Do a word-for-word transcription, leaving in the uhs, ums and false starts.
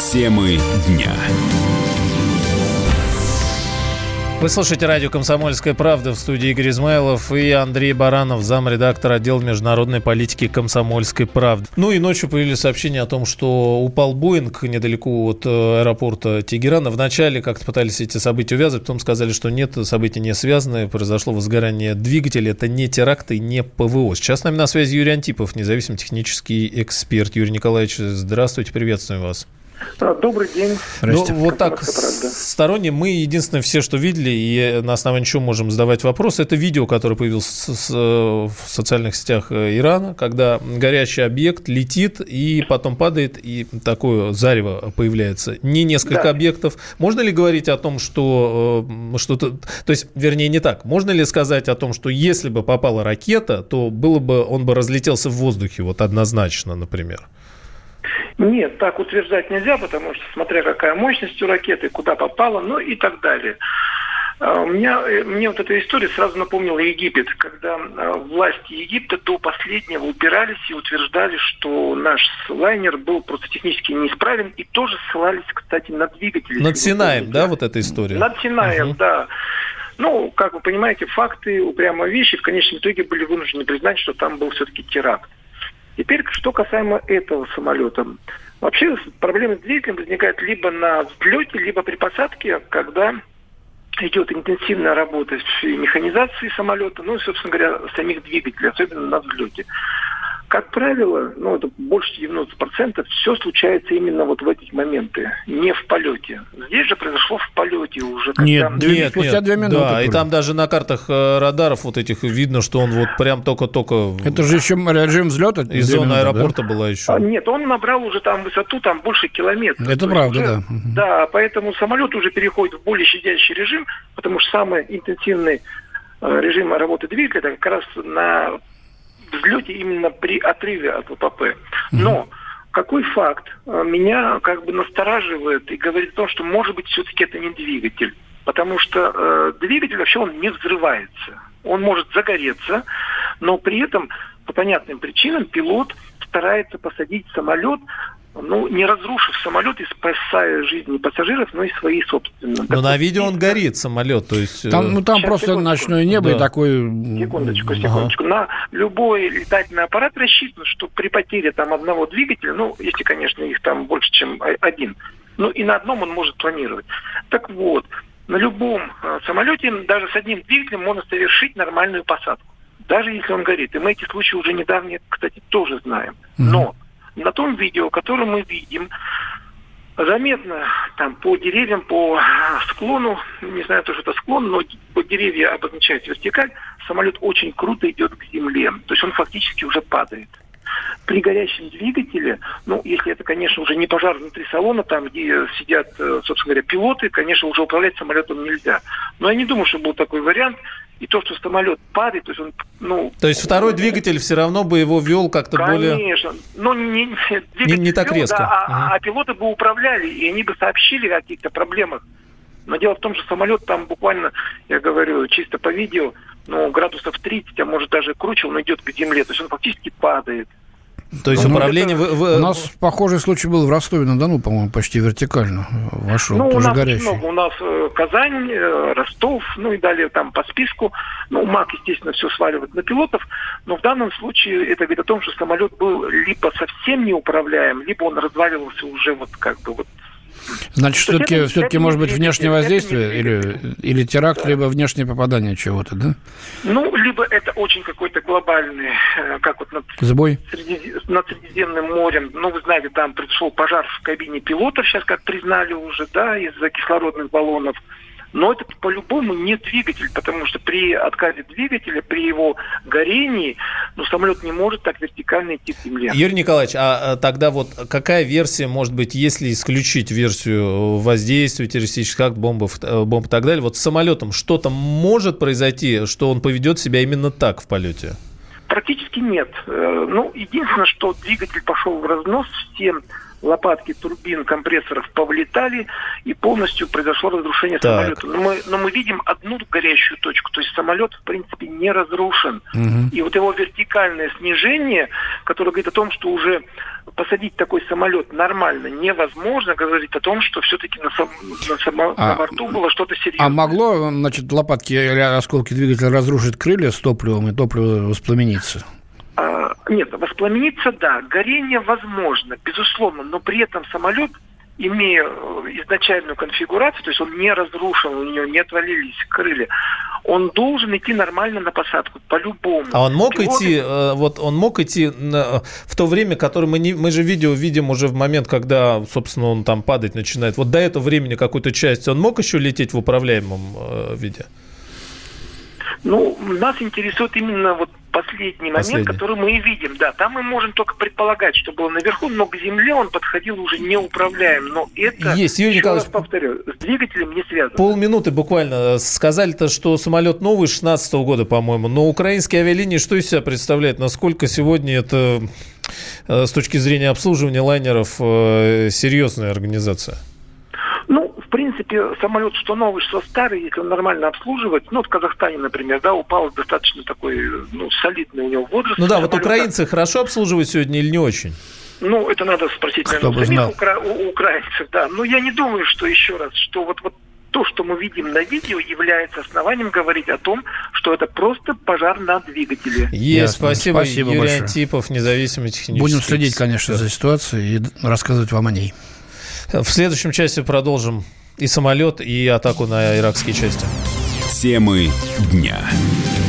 Темы дня. Вы слушаете радио «Комсомольская правда», в студии Игорь Измайлов и Андрей Баранов, замредактор отдела международной политики «Комсомольской правды». Ну и ночью появились сообщения о том, что упал Боинг недалеко от аэропорта Тегерана. Вначале как-то пытались эти события увязывать, потом сказали, что нет, события не связаны, произошло возгорание двигателя, это не теракт и не ПВО. Сейчас с нами на связи Юрий Антипов, независимый технический эксперт. Юрий Николаевич, здравствуйте, приветствуем вас. Добрый день. Ну, вот так сторонне мы единственное все, что видели, и на основании чего можем задавать вопросы, это видео, которое появилось в социальных сетях Ирана, когда горящий объект летит и потом падает, и такое зарево появляется. Не несколько да. объектов. Можно ли говорить о том, что что-то... То есть, вернее, не так. Можно ли сказать о том, что если бы попала ракета, то было бы, он бы разлетелся в воздухе, вот однозначно, например? Нет, так утверждать нельзя, потому что смотря какая мощность у ракеты, куда попала, ну и так далее. У меня, мне вот эта история сразу напомнила Египет, когда власти Египта до последнего упирались и утверждали, что наш лайнер был просто технически неисправен, и тоже ссылались, кстати, на двигатели. Над Синаем, да, вот эта история? Над Синаем, угу. да. Ну, как вы понимаете, факты, упрямые вещи в конечном итоге были вынуждены признать, что там был все-таки теракт. Теперь, что касаемо этого самолета. Вообще проблемы с двигателем возникают либо на взлете, либо при посадке, когда идет интенсивная работа с механизацией самолета, ну и, собственно говоря, самих двигателей, особенно на взлете. Как правило, ну, это больше девяносто процентов, все случается именно вот в эти моменты, не в полете. Здесь же произошло в полете уже. Когда... Нет, нет, спустя две минуты. Да, и там даже на картах радаров вот этих видно, что он вот прям только-только... Это же еще режим взлета? Из зоны аэропорта да? была еще. А, нет, он набрал уже там высоту, там больше километров. Это То правда, уже, да. Да, поэтому самолет уже переходит в более щадящий режим, потому что самый интенсивный режим работы двигателя это как раз на... взлете именно при отрыве от ВПП. Но какой факт меня как бы настораживает и говорит о том, что может быть все-таки это не двигатель. Потому что э, двигатель вообще он не взрывается. Он может загореться, но при этом по понятным причинам пилот старается посадить самолет, ну, не разрушив самолет и спасая жизни пассажиров, но и свои собственные. Но на видео он горит, самолет, то есть... Там, ну, там Сейчас, просто секундочку. Ночное небо да. и такой... Секундочку, секундочку. Ага. На любой летательный аппарат рассчитан, что при потере там одного двигателя, ну, если, конечно, их там больше, чем один, ну, и на одном он может планировать. Так вот, на любом э, самолете даже с одним двигателем можно совершить нормальную посадку, даже если он горит. И мы эти случаи уже недавние, кстати, тоже знаем. Но на том видео, которое мы видим, заметно там по деревьям, по склону, не знаю, то, что это склон, но по деревья обозначают вертикаль, самолет очень круто идет к земле. То есть он фактически уже падает. При горящем двигателе, ну, если это, конечно, уже не пожар внутри салона, там, где сидят, собственно говоря, пилоты, конечно, уже управлять самолетом нельзя. Но я не думаю, что был такой вариант. И то, что самолет падает, то есть он, ну... То есть второй двигатель все равно бы его вел как-то конечно, более... Конечно. Но не, не, не так вел, резко. Да, угу. а, а пилоты бы управляли, и они бы сообщили о каких-то проблемах. Но дело в том, что самолет там буквально, я говорю, чисто по видео, ну, градусов тридцать, а может даже круче, он идет к земле. То есть он фактически падает. То есть ну, управление... Это... В, в... У нас похожий случай был в Ростове-на-Дону, по-моему, почти вертикально вошел, ну, тоже у нас горящий. Много. У нас э, Казань, э, Ростов, ну и далее там по списку. Ну, МАК, естественно, все сваливает на пилотов. Но в данном случае это говорит о том, что самолет был либо совсем неуправляем, либо он разваливался уже вот как бы вот. Значит, все-таки, это, все-таки это может быть внешнее воздействие или, или теракт, да. либо внешнее попадание чего-то, да? Ну, либо это очень какой-то глобальный, как вот над, Сбой? Среди, над Средиземным морем. Ну, вы знаете, там произошел пожар в кабине пилотов, сейчас как признали уже, да, из-за кислородных баллонов. Но это по-любому не двигатель, потому что при отказе двигателя, при его горении, ну, самолет не может так вертикально идти к земле. Юрий Николаевич, а тогда вот какая версия, может быть, если исключить версию воздействия, террористических актов, бомб, бомб и так далее, вот с самолетом что-то может произойти, что он поведет себя именно так в полете? Практически нет. Ну, единственное, что двигатель пошел в разнос, все лопатки турбин, компрессоров повлетали, и полностью произошло разрушение так. самолета. Но мы, но мы видим одну горящую точку, то есть самолет, в принципе, не разрушен. Угу. И вот его вертикальное снижение, которое говорит о том, что уже посадить такой самолет нормально невозможно, говорит о том, что все-таки на, сам, на, само, а, на борту было что-то серьезное. А могло, значит, лопатки или осколки двигателя разрушить крылья с топливом, и топливо воспламениться? А, нет, воспламениться, да, горение возможно, безусловно, но при этом самолет, имея изначальную конфигурацию, то есть он не разрушен, у него не отвалились крылья, он должен идти нормально на посадку, по-любому. А он мог Пилоты... идти, вот он мог идти на, в то время, которое мы не, мы же видео видим уже в момент, когда, собственно, он там падать начинает. Вот до этого времени какую-то часть он мог еще лететь в управляемом э, виде? Ну, нас интересует именно вот последний момент, Последний. который мы и видим. Да, там мы можем только предполагать, что было наверху, но к земле он подходил уже неуправляем. Но это, Есть, Юрий еще Николаевич, раз повторю, с двигателем не связано. Полминуты буквально. Сказали-то, что самолет новый, шестнадцатого года, по-моему. Но украинские авиалинии что из себя представляют? Насколько сегодня это, с точки зрения обслуживания лайнеров, серьезная организация? Ну, в принципе, самолет что новый, что старый, если он нормально обслуживать, ну, в Казахстане, например, да, упал достаточно такой, ну, солидный у него возраст. Ну да, самолета. Вот украинцы хорошо обслуживают сегодня или не очень? Ну, это надо спросить, Кто наверное, у самих укра... у украинцев, да. Но я не думаю, что еще раз, что вот, вот то, что мы видим на видео, является основанием говорить о том, что это просто пожар на двигателе. Есть, спасибо, спасибо Юрий большое. Антипов, независимый технический. Будем следить, конечно, за ситуацией и рассказывать вам о ней. В следующем части продолжим и самолет, и атаку на иракские части. Темы дня.